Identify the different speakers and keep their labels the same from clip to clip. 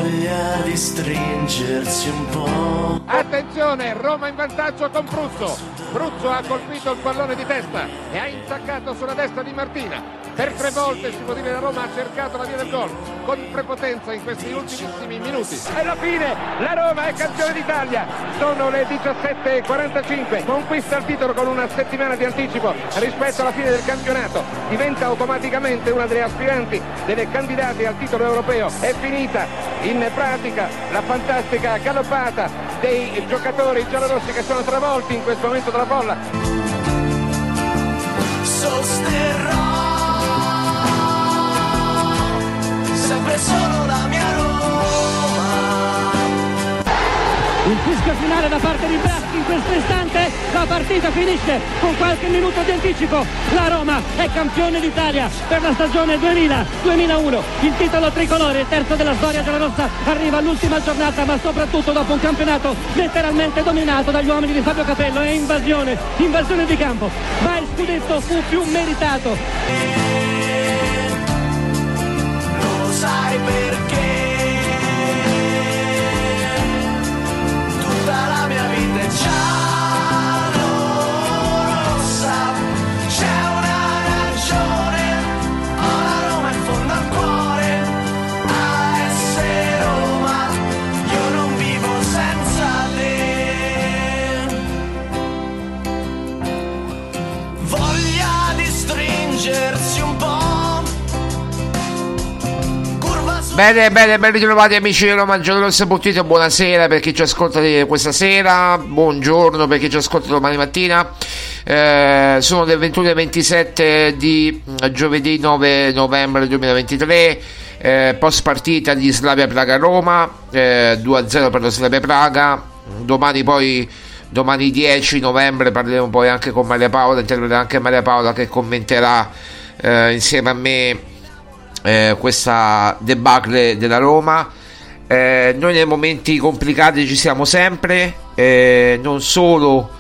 Speaker 1: voglia di stringersi un po'.
Speaker 2: Attenzione, Roma in vantaggio con Bruzzo. Bruzzo ha colpito il pallone di testa e ha intaccato sulla destra di Martina. Per 3 volte si può dire la Roma ha cercato la via del gol con prepotenza in questi ultimissimi minuti. E alla fine la Roma è campione d'Italia. Sono le 17:45. Conquista il titolo con una settimana di anticipo rispetto alla fine del campionato. Diventa automaticamente una delle aspiranti, delle candidate al titolo europeo. È finita in pratica la fantastica galoppata dei giocatori giallorossi che sono travolti in questo momento dalla folla.
Speaker 1: Sosterrò sempre solo la mia Roma.
Speaker 3: Il fischio finale da parte di Bratti in questo istante, la partita finisce con qualche minuto di anticipo. La Roma è campione d'Italia per la stagione 2000-2001. Il titolo tricolore, il terzo della storia giallorossa, arriva all'ultima giornata, ma soprattutto dopo un campionato letteralmente dominato dagli uomini di Fabio Capello. È invasione di campo, ma il scudetto fu più meritato.
Speaker 1: Lo sai perché? Tutta la mia vita è giallorossa. C'è una ragione, ho la Roma in fondo al cuore. A essere Roma, io non vivo senza te. Voglia di stringersi un po'.
Speaker 4: Bene, ben ritrovati amici di Roma Giallorossa Bottito, buonasera per chi ci ascolta questa sera, buongiorno per chi ci ascolta domani mattina. Sono le 21:27 di giovedì 9 novembre 2023, post partita di Slavia Praga-Roma, 2-0 per lo Slavia Praga. Domani 10 novembre parleremo poi anche con Maria Paola, interverrà anche Maria Paola che commenterà insieme a me questa debacle della Roma. Noi nei momenti complicati ci siamo sempre, non solo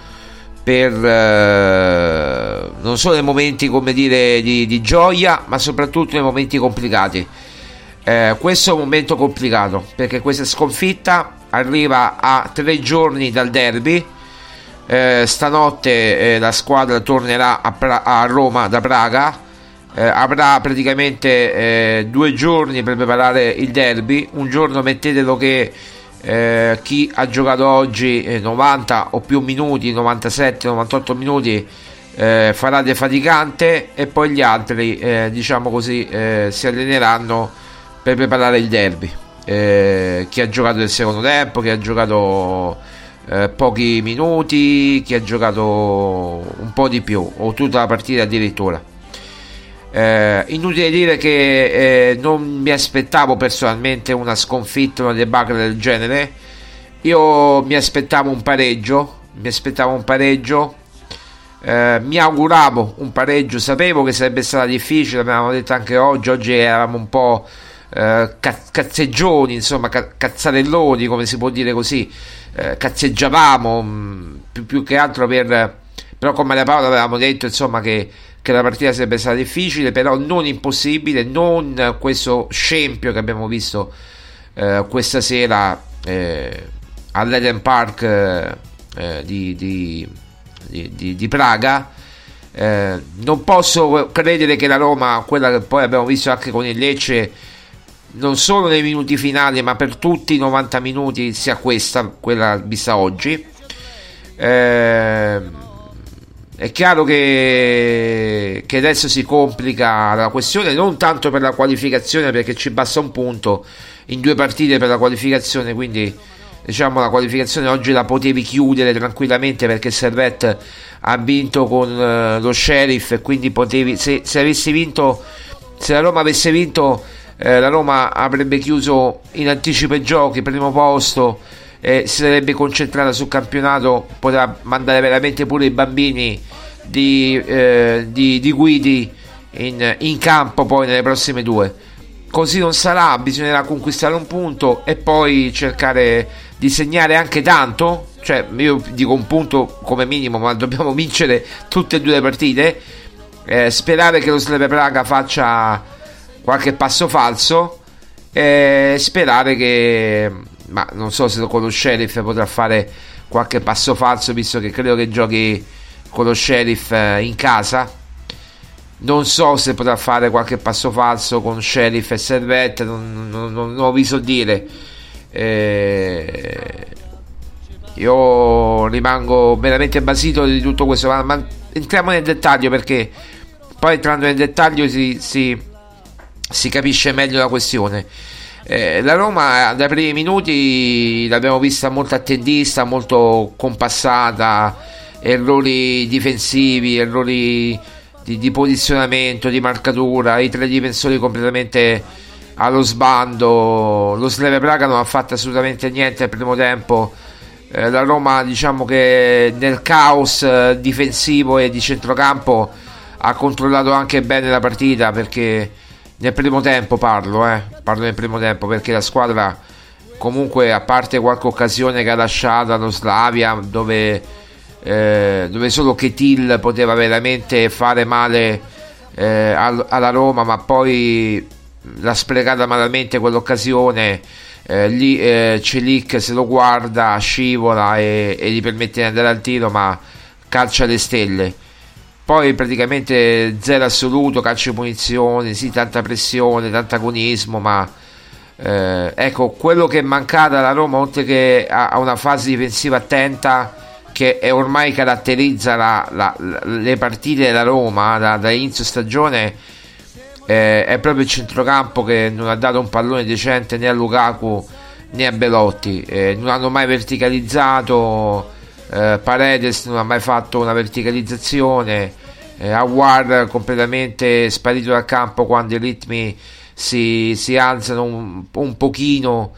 Speaker 4: nei momenti, come dire, di gioia, ma soprattutto nei momenti complicati. Questo è un momento complicato perché questa sconfitta arriva a 3 giorni dal derby. Stanotte la squadra tornerà a Roma da Praga. Avrà praticamente 2 giorni per preparare il derby. Un giorno, mettetelo che chi ha giocato oggi 90 o più minuti, 97-98 minuti, farà defaticante, e poi gli altri diciamo così si alleneranno per preparare il derby. Chi ha giocato il secondo tempo, chi ha giocato pochi minuti, chi ha giocato un po' di più o tutta la partita addirittura. Inutile dire che non mi aspettavo personalmente una sconfitta, una debacle del genere. Io mi aspettavo un pareggio, mi auguravo un pareggio, sapevo che sarebbe stata difficile, l'avevamo detto anche oggi eravamo un po' cazzeggioni, insomma cazzarelloni, come si può dire così, cazzeggiavamo più che altro però con Maria Paola avevamo detto insomma che la partita sarebbe stata difficile, però non impossibile, non questo scempio che abbiamo visto questa sera all'Eden Park di Praga. Non posso credere che la Roma, quella che poi abbiamo visto anche con il Lecce, non solo nei minuti finali ma per tutti i 90 minuti, sia quella vista oggi. È chiaro che adesso si complica la questione, non tanto per la qualificazione, perché ci basta un punto in 2 partite per la qualificazione, quindi diciamo la qualificazione oggi la potevi chiudere tranquillamente, perché Servette ha vinto con lo Sheriff, e quindi potevi, se la Roma avesse vinto, la Roma avrebbe chiuso in anticipo i giochi, primo posto, si sarebbe concentrata sul campionato, poteva mandare veramente pure i bambini di Guidi in campo poi nelle prossime 2. Così non sarà, bisognerà conquistare un punto e poi cercare di segnare anche tanto, cioè io dico un punto come minimo, ma dobbiamo vincere tutte e 2 le partite, sperare che lo Slavia Praga faccia qualche passo falso sperare che, ma non so se con lo Sheriff potrà fare qualche passo falso, visto che credo che giochi con lo Sheriff in casa. Non so se potrà fare qualche passo falso con Sheriff e Servette, non lo vi so dire. Io rimango veramente basito di tutto questo, ma entriamo nel dettaglio, perché poi entrando nel dettaglio si capisce meglio la questione. La Roma dai primi minuti l'abbiamo vista molto attendista, molto compassata, errori difensivi, errori di posizionamento, di marcatura, i tre difensori completamente allo sbando. Lo Slavia Praga non ha fatto assolutamente niente al primo tempo. La Roma, diciamo che nel caos difensivo e di centrocampo ha controllato anche bene la partita, perché nel primo tempo parlo nel primo tempo, perché la squadra comunque, a parte qualche occasione che ha lasciato allo Slavia, dove solo Ketil poteva veramente fare male alla Roma, ma poi l'ha sprecata malamente quell'occasione. Lì Celik se lo guarda, scivola e gli permette di andare al tiro, ma calcia le stelle. Poi praticamente zero assoluto, calcio di punizione, sì, tanta pressione, tanto agonismo, ma ecco, quello che è mancato alla Roma, oltre che a una fase difensiva attenta, che ormai caratterizza le partite della Roma da inizio stagione, è proprio il centrocampo, che non ha dato un pallone decente né a Lukaku né a Belotti. Non hanno mai verticalizzato. Paredes non ha mai fatto una verticalizzazione. Aouar completamente sparito dal campo quando i ritmi si alzano un pochino.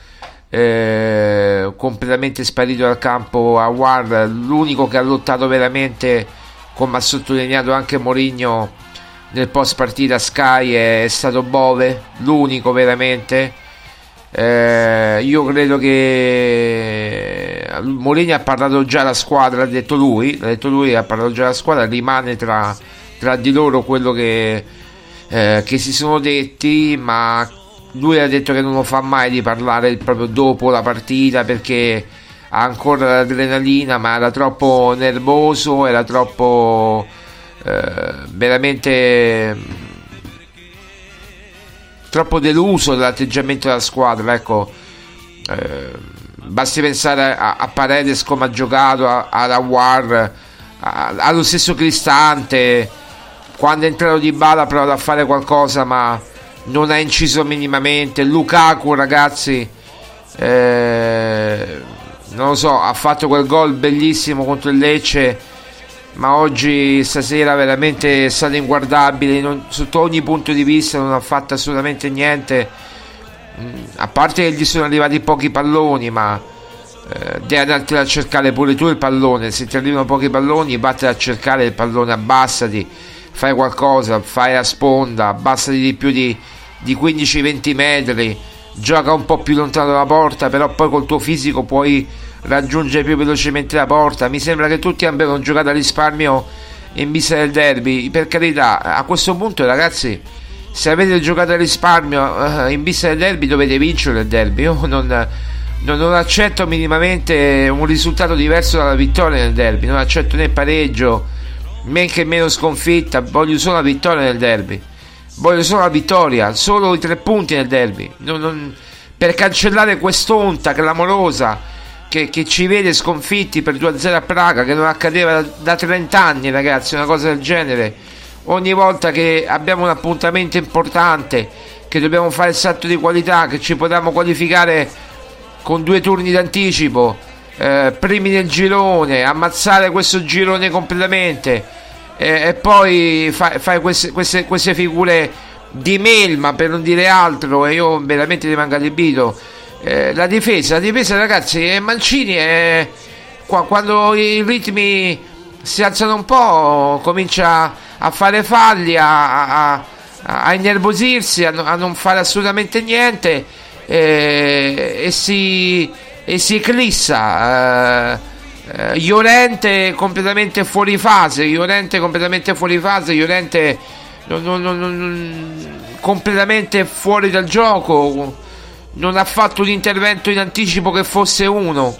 Speaker 4: Completamente sparito dal campo Aouar. L'unico che ha lottato veramente, come ha sottolineato anche Mourinho nel post partita Sky, è stato Bove, l'unico veramente. Io credo che Mourinho ha parlato già alla squadra, ha detto lui ha parlato già alla squadra, rimane tra di loro quello che si sono detti, ma lui ha detto che non lo fa mai di parlare proprio dopo la partita, perché ha ancora l'adrenalina, ma era troppo nervoso, era troppo veramente troppo deluso dall'atteggiamento della squadra. Ecco, basti pensare a Paredes come ha giocato, a Aouar, allo stesso Cristante. Quando è entrato Dybala ha provato a fare qualcosa, ma non ha inciso minimamente. Lukaku, ragazzi, non lo so, ha fatto quel gol bellissimo contro il Lecce, ma oggi, stasera, veramente è stato inguardabile sotto ogni punto di vista. Non ha fatto assolutamente niente, a parte che gli sono arrivati pochi palloni, ma devi andartene a cercare pure tu il pallone. Se ti arrivano pochi palloni, vattene a cercare il pallone, abbassati, fai qualcosa, fai la sponda, abbassati di più di 15-20 metri, gioca un po' più lontano dalla porta, però poi col tuo fisico puoi raggiungere più velocemente la porta. Mi sembra che tutti abbiano giocato a risparmio in vista del derby. Per carità, a questo punto, ragazzi, se avete giocato a risparmio in vista del derby, dovete vincere il derby. Io non accetto minimamente un risultato diverso dalla vittoria nel derby, non accetto né pareggio, men che meno sconfitta. Voglio solo la vittoria nel derby, voglio solo la vittoria, solo i 3 punti nel derby, per cancellare quest'onta clamorosa che ci vede sconfitti per 2-0 a Praga, che non accadeva da 30 anni, ragazzi. Una cosa del genere, ogni volta che abbiamo un appuntamento importante, che dobbiamo fare il salto di qualità, che ci potremmo qualificare con 2 turni d'anticipo, primi nel girone, ammazzare questo girone completamente, e poi fai queste figure di melma, per non dire altro, e io veramente rimango allibito. La difesa, ragazzi, Mancini quando i ritmi si alzano un po', comincia a fare falli, a innervosirsi, a non fare assolutamente niente, e si eclissa. Llorente completamente fuori fase, Llorente completamente fuori dal gioco, non ha fatto un intervento in anticipo che fosse uno.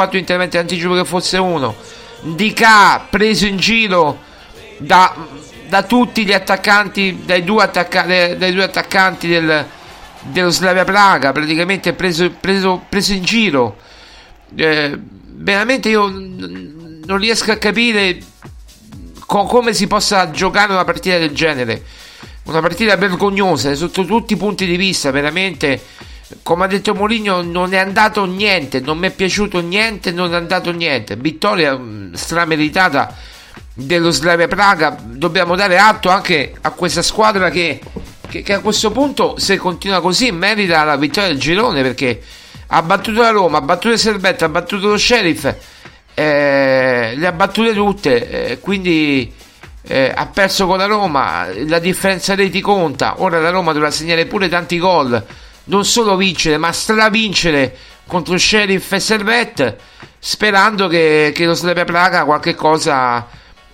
Speaker 4: Ndicà preso in giro da tutti gli attaccanti, dai due attaccanti dello Slavia Praga, praticamente preso in giro. Veramente io non riesco a capire come si possa giocare una partita del genere, una partita vergognosa sotto tutti i punti di vista. Veramente, come ha detto Mourinho, non è andato niente, non mi è piaciuto niente, non è andato niente. Vittoria strameritata dello Slavia Praga. Dobbiamo dare atto anche a questa squadra che a questo punto, se continua così, merita la vittoria del girone, perché ha battuto la Roma, ha battuto il Servette, ha battuto lo Sheriff, le ha battute tutte, quindi ha perso con la Roma. La differenza reti conta. Ora la Roma dovrà segnare pure tanti gol, non solo vincere ma stravincere contro Sheriff e Servette, sperando che lo Slavia Praga qualche cosa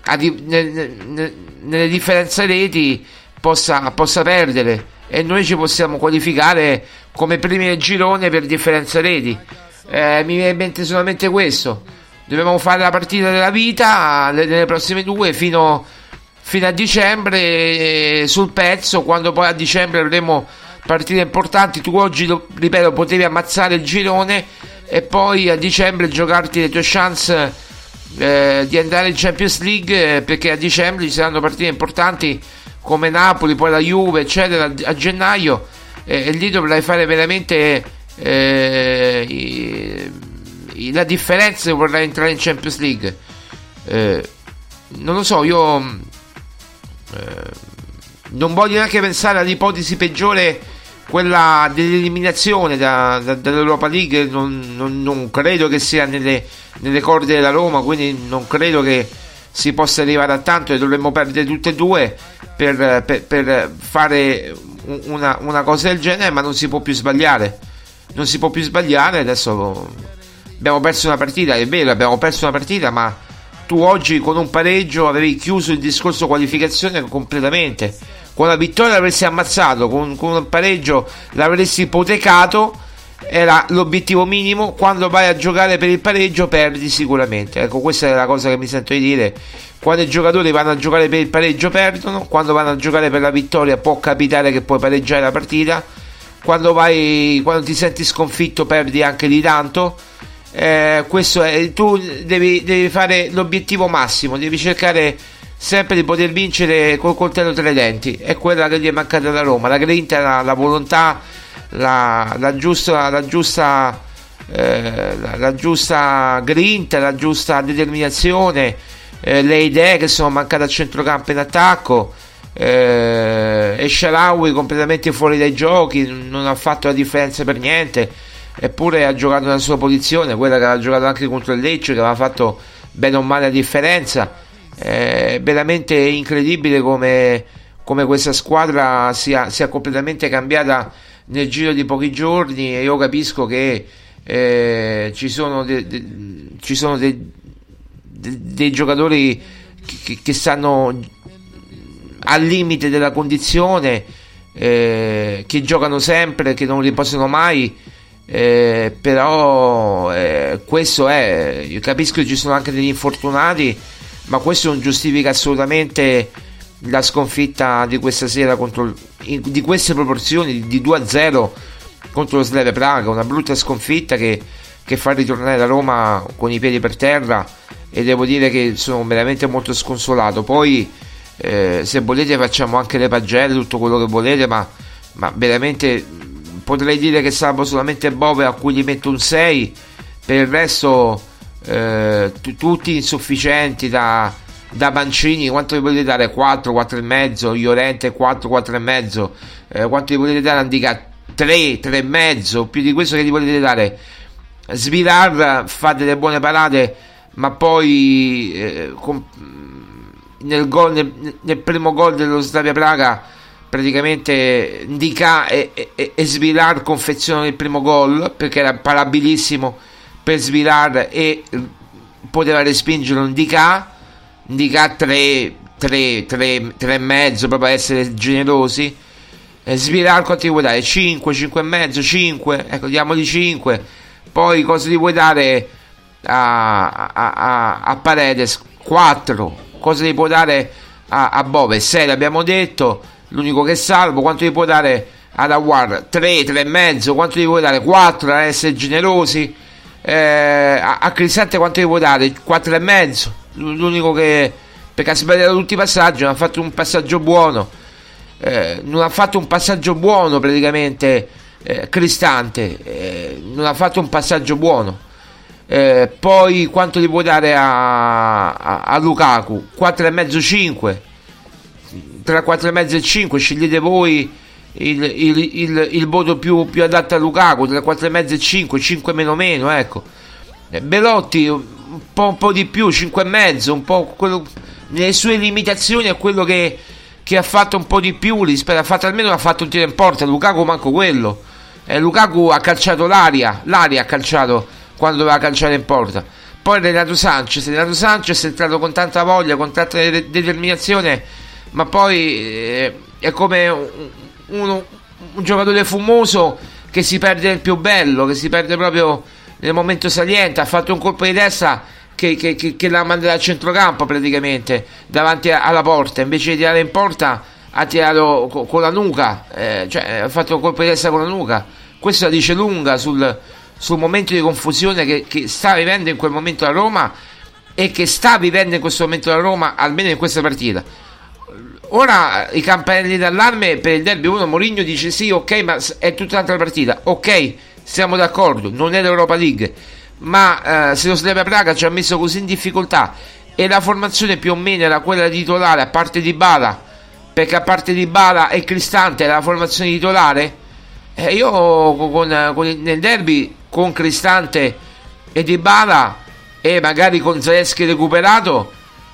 Speaker 4: nelle differenze reti possa perdere, e noi ci possiamo qualificare come primi del girone per differenza reti. Mi viene in mente solamente questo. Dobbiamo fare la partita della vita nelle prossime due fino a dicembre, sul pezzo. Quando poi a dicembre avremo partite importanti, tu oggi, ripeto, potevi ammazzare il girone e poi a dicembre giocarti le tue chance di andare in Champions League, perché a dicembre ci saranno partite importanti come Napoli, poi la Juve, eccetera, a gennaio, e lì dovrai fare veramente la differenza se vorrai entrare in Champions League. Non lo so, io non voglio neanche pensare all'ipotesi peggiore, quella dell'eliminazione dall'Europa League. Non credo che sia nelle corde della Roma, quindi non credo che si possa arrivare a tanto, e dovremmo perdere tutte e due per fare una cosa del genere. Ma non si può più sbagliare. Adesso abbiamo perso una partita, è vero, abbiamo perso una partita, ma tu oggi con un pareggio avevi chiuso il discorso qualificazione completamente. Con la vittoria l'avresti ammazzato, con un pareggio l'avresti ipotecato. Era l'obiettivo minimo. Quando vai a giocare per il pareggio perdi sicuramente. Ecco, questa è la cosa che mi sento di dire. Quando i giocatori vanno a giocare per il pareggio perdono, quando vanno a giocare per la vittoria può capitare che puoi pareggiare la partita. Quando ti senti sconfitto perdi anche di tanto. Questo è, tu devi fare l'obiettivo massimo, devi cercare sempre di poter vincere col coltello tra i denti. È quella che gli è mancata alla Roma, la grinta, la volontà, la giusta grinta, la giusta determinazione, le idee che sono mancate a centrocampo in attacco. E Shaarawy completamente fuori dai giochi, non ha fatto la differenza per niente, eppure ha giocato nella sua posizione, quella che aveva giocato anche contro il Lecce, che aveva fatto bene o male la differenza. È veramente incredibile come questa squadra sia completamente cambiata nel giro di pochi giorni. E io capisco che ci sono dei giocatori che stanno al limite della condizione, che giocano sempre, che non riposano mai, però questo è, io capisco che ci sono anche degli infortunati, ma questo non giustifica assolutamente la sconfitta di questa sera di queste proporzioni, di 2-0 contro lo Slavia Praga. Una brutta sconfitta che fa ritornare la Roma con i piedi per terra, e devo dire che sono veramente molto sconsolato. Poi se volete facciamo anche le pagelle, tutto quello che volete, ma veramente potrei dire che salvo solamente Bove, a cui gli metto un 6, per il resto tutti insufficienti, da Mancini. Quanto gli volete dare? 4, 4,5. Llorente 4, 4,5. Quanto gli volete dare? Andica 3, 3,5. Più di questo che gli volete dare? Svilar fa delle buone parate, ma poi nel primo gol dello Slavia Praga praticamente Ndicà e Svilar confezionano il primo gol, perché era parabilissimo per Svilar e poteva respingerlo Ndicà 3,5, proprio a essere generosi. Svilar quanto gli vuoi dare? 5, 5,5, 5, ecco, diamogli 5. Poi cosa gli vuoi dare a Paredes? 4. Cosa gli puoi dare a Bove? 6, l'abbiamo detto, l'unico che è salvo. Quanto gli puoi dare ad Aouar? 3, 3,5. Quanto gli vuoi dare? 4, a essere generosi. A Cristante quanto gli puoi dare? 4,5. L'unico che, perché ha sbagliato tutti i passaggi, non ha fatto un passaggio buono. Non ha fatto un passaggio buono praticamente. Cristante non ha fatto un passaggio buono. Poi quanto gli puoi dare a Lukaku? 4,5, 5. Tra 4,5 e 5 scegliete voi il voto più adatto a Lukaku. Tra 4,5 e 5, 5 meno, ecco. Belotti un po' di più, 5,5, un po' quello, nelle sue limitazioni è quello che ha fatto un po' di più rispetto, ha fatto un tiro in porta. Lukaku manco quello. Lukaku ha calciato l'aria ha calciato quando doveva calciare in porta. Poi Renato Sanchez è entrato con tanta voglia, con tanta determinazione, ma poi è come un giocatore fumoso che si perde nel più bello, che si perde proprio nel momento saliente. Ha fatto un colpo di testa che l'ha mandato a centrocampo praticamente davanti alla porta, invece di tirare in porta ha tirato con la nuca, cioè ha fatto un colpo di testa con la nuca. Questo la dice lunga sul momento di confusione che sta vivendo in quel momento la Roma e che sta vivendo in questo momento la Roma, almeno in questa partita. Ora i campanelli d'allarme per il derby. Uno, Mourinho dice sì, ok, ma è tutta un'altra partita. Ok, siamo d'accordo, non è l'Europa League, ma se lo Slavia Praga ci ha messo così in difficoltà e la formazione più o meno era quella titolare, a parte Dybala, perché a parte Dybala e Cristante era la formazione titolare, io nel derby con Cristante e Dybala e magari con Zalewski recuperato,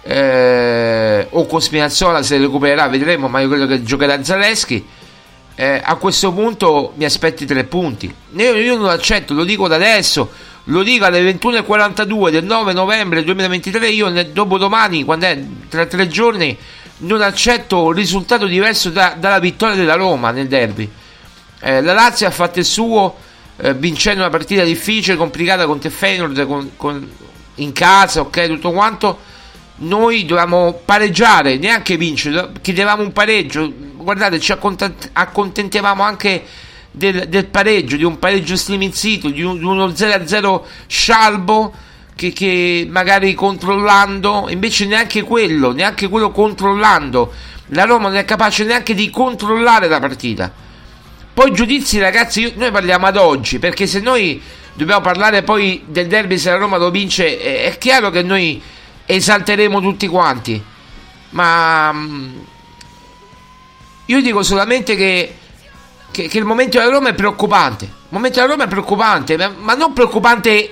Speaker 4: o con Spinazzola se recupererà, vedremo, ma io credo che giocherà Zalewski. A questo punto mi aspetti 3 punti. Io non accetto, lo dico da adesso, lo dico alle 21:42 del 9 novembre 2023. Io dopodomani, quando è tra 3 giorni, non accetto un risultato diverso dalla vittoria della Roma nel derby. La Lazio ha fatto il suo, vincendo una partita difficile, complicata contro il Feyenoord in casa, ok, tutto quanto. Noi dovevamo pareggiare, neanche vincere, chiedevamo un pareggio. Guardate, ci accontentavamo anche del pareggio, di un pareggio sliminzito, di uno 0-0 scialbo che magari controllando, invece neanche quello controllando. La Roma non è capace neanche di controllare la partita. Poi giudizi, ragazzi, noi parliamo ad oggi, perché se noi dobbiamo parlare poi del derby, se la Roma lo vince, è chiaro che noi esalteremo tutti quanti, ma io dico solamente che il momento della Roma è preoccupante. Il momento della Roma è preoccupante, ma non preoccupante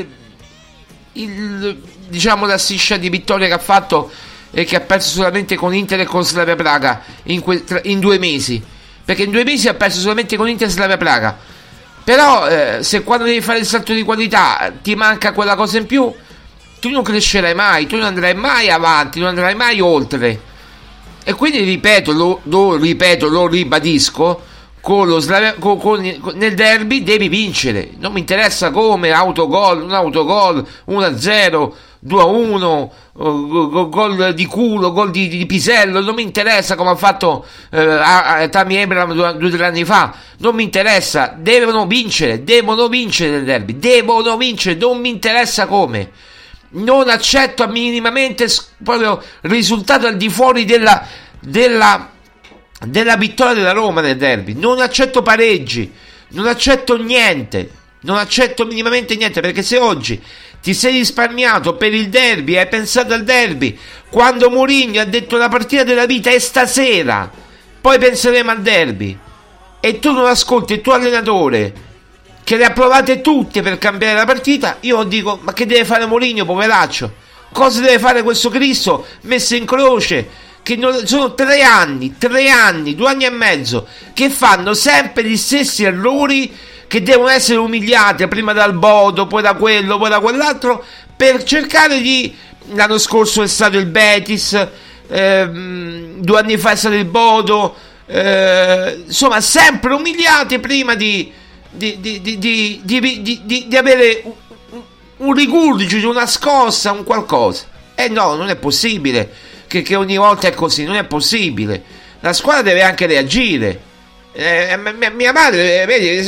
Speaker 4: diciamo la striscia di vittoria che ha fatto e che ha perso solamente con Inter e con Slavia Praga in 2 mesi, perché in 2 mesi ha perso solamente con Inter e Slavia Praga. Però se quando devi fare il salto di qualità ti manca quella cosa in più, tu non crescerai mai, tu non andrai mai avanti, non andrai mai oltre. E quindi lo ribadisco, con lo Slavia, nel derby devi vincere. Non mi interessa come, autogol, non autogol, 1-0, 2-1, gol di culo, gol di pisello, non mi interessa come ha fatto Tammy Abraham 2 o 3 anni fa, non mi interessa. Devono vincere nel derby, devono vincere, non mi interessa come. Non accetto minimamente proprio risultato al di fuori della vittoria della Roma nel derby. Non accetto pareggi, non accetto niente, non accetto minimamente niente, perché se oggi ti sei risparmiato per il derby, hai pensato al derby quando Mourinho ha detto la partita della vita è stasera, poi penseremo al derby, e tu non ascolti il tuo allenatore che le ha provate tutte per cambiare la partita, io dico, ma che deve fare Mourinho, poveraccio? Cosa deve fare questo Cristo messo in croce? Che sono 3 anni, 2 anni e mezzo, che fanno sempre gli stessi errori, che devono essere umiliati prima dal Bodo, poi da quello, poi da quell'altro, per cercare di... L'anno scorso è stato il Betis, 2 anni fa è stato il Bodo, insomma sempre umiliati prima di avere un rigurgito, una scossa, un qualcosa. No, non è possibile che ogni volta è così, non è possibile. La squadra deve anche reagire. Mia madre, vedi,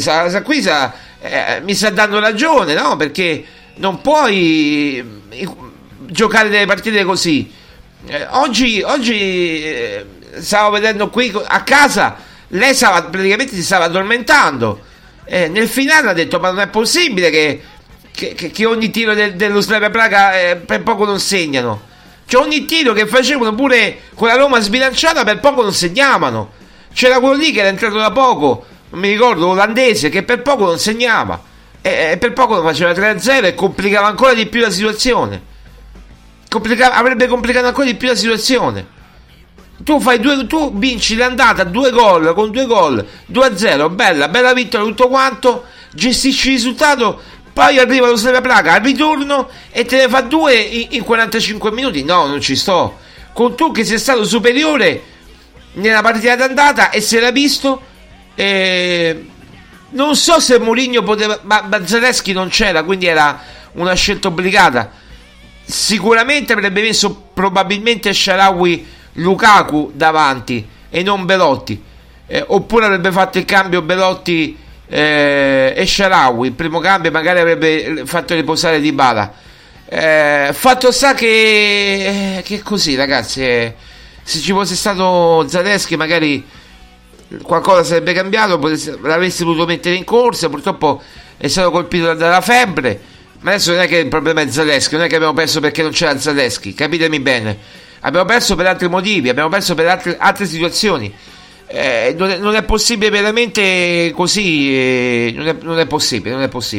Speaker 4: mi sta dando ragione, no? Perché non puoi giocare delle partite così. Oggi stavo vedendo qui a casa, lei praticamente si stava addormentando. Nel finale ha detto: ma non è possibile che ogni tiro dello Slavia Praga per poco non segnano. Cioè ogni tiro che facevano pure con la Roma sbilanciata per poco non segnavano. C'era quello lì che era entrato da poco, non mi ricordo, l'olandese, che per poco non segnava e per poco non faceva 3-0 e complicava ancora di più la situazione. Avrebbe complicato ancora di più la situazione. Tu vinci l'andata 2 gol, con 2 gol 2-0, bella vittoria, tutto quanto, gestisci il risultato, poi arriva lo Slavia Praga al ritorno e te ne fa 2 in 45 minuti. No, non ci sto. Con tu che sei stato superiore nella partita d'andata e se l'ha visto, non so se Mourinho poteva, ma Zalewski non c'era, quindi era una scelta obbligata. Sicuramente avrebbe messo probabilmente Shaarawy, Lukaku davanti e non Belotti, oppure avrebbe fatto il cambio Belotti e Shaarawy. Il primo cambio magari avrebbe fatto riposare Dybala. Fatto sta che così, ragazzi, se ci fosse stato Zalewski magari qualcosa sarebbe cambiato, l'avresti potuto mettere in corsa. Purtroppo è stato colpito dalla febbre, ma adesso non è che il problema è Zalewski, non è che abbiamo perso perché non c'era Zalewski, capitemi bene, abbiamo perso per altri motivi, abbiamo perso per altre situazioni. Non è possibile veramente così, non è possibile,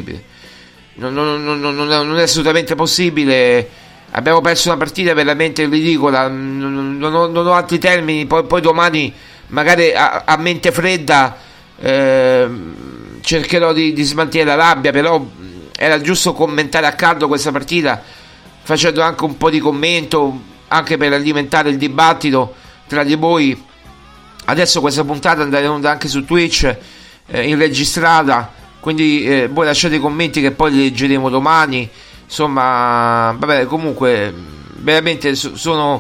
Speaker 4: non è assolutamente possibile. Abbiamo perso una partita veramente ridicola, non ho altri termini. Poi domani magari a mente fredda cercherò di smaltire la rabbia, però era giusto commentare a caldo questa partita, facendo anche un po' di commento, anche per alimentare il dibattito tra di voi. Adesso questa puntata andrà in onda anche su Twitch, in registrata, quindi voi lasciate i commenti che poi li leggeremo domani. Insomma, vabbè, comunque veramente sono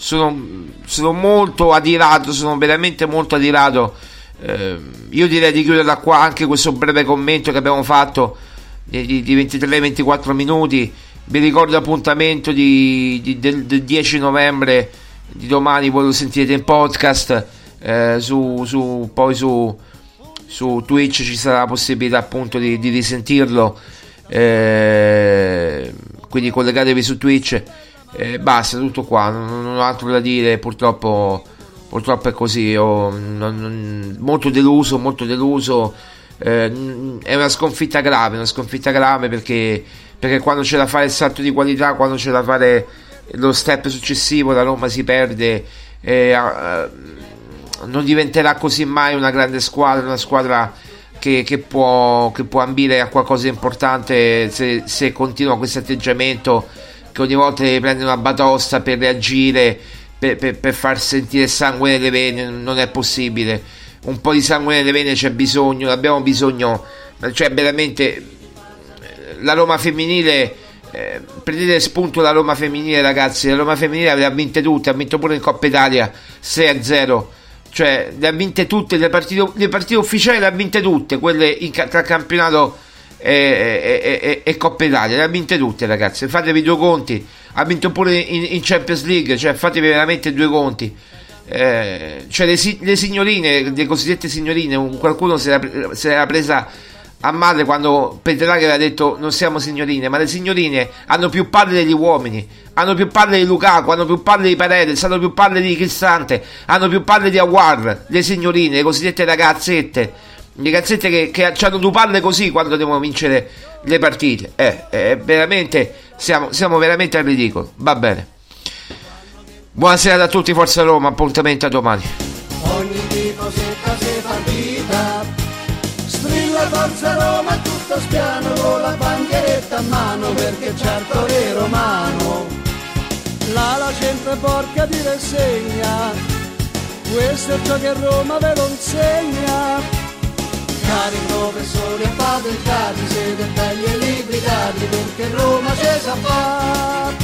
Speaker 4: molto adirato, sono veramente molto adirato. Io direi di chiuderla qua anche questo breve commento che abbiamo fatto di 23-24 minuti. Vi ricordo l'appuntamento del 10 novembre di domani, voi lo sentirete in podcast, poi su Twitch ci sarà la possibilità appunto di risentirlo, quindi collegatevi su Twitch. Basta, tutto qua, non ho altro da dire. Purtroppo è così. Molto deluso. È una sconfitta grave perché quando c'è da fare il salto di qualità, quando c'è da fare lo step successivo, la Roma si perde. Non diventerà così mai una grande squadra, una squadra che può ambire a qualcosa di importante se continua questo atteggiamento che ogni volta deve prendere una batosta per reagire, per far sentire sangue nelle vene. Non è possibile. Un po' di sangue nelle vene c'è bisogno, abbiamo bisogno, cioè veramente. La Roma femminile, prendete spunto la Roma femminile, ragazzi. La Roma femminile le ha vinte tutte, ha vinto pure in Coppa Italia 6-0, cioè le ha vinte tutte, le partite ufficiali le ha vinte tutte, quelle tra campionato e Coppa Italia le ha vinte tutte, ragazzi. Fatevi due conti. Ha vinto pure in Champions League, cioè fatevi veramente due conti. Cioè le signorine, le cosiddette signorine, qualcuno se l'era presa a male quando Petraghi aveva detto non siamo signorine, ma le signorine hanno più palle degli uomini, hanno più palle di Lukaku, hanno più palle di Paredes, hanno più palle di Cristante, hanno più palle di Aouar. Le signorine, le cosiddette ragazzette che hanno due palle così quando devono vincere le partite. Veramente siamo veramente al ridicolo. Va bene, buonasera a tutti, Forza Roma, appuntamento a domani.
Speaker 1: Ogni tifosetta si fa vita, strilla Forza Roma tutto spiano, con la bandieretta a mano perché certo è romano. La gente porca di rassegna,
Speaker 5: Questo è ciò che Roma ve lo insegna. Cari professori appatentati, siete belli e libri dati, perché Roma ce sa fa.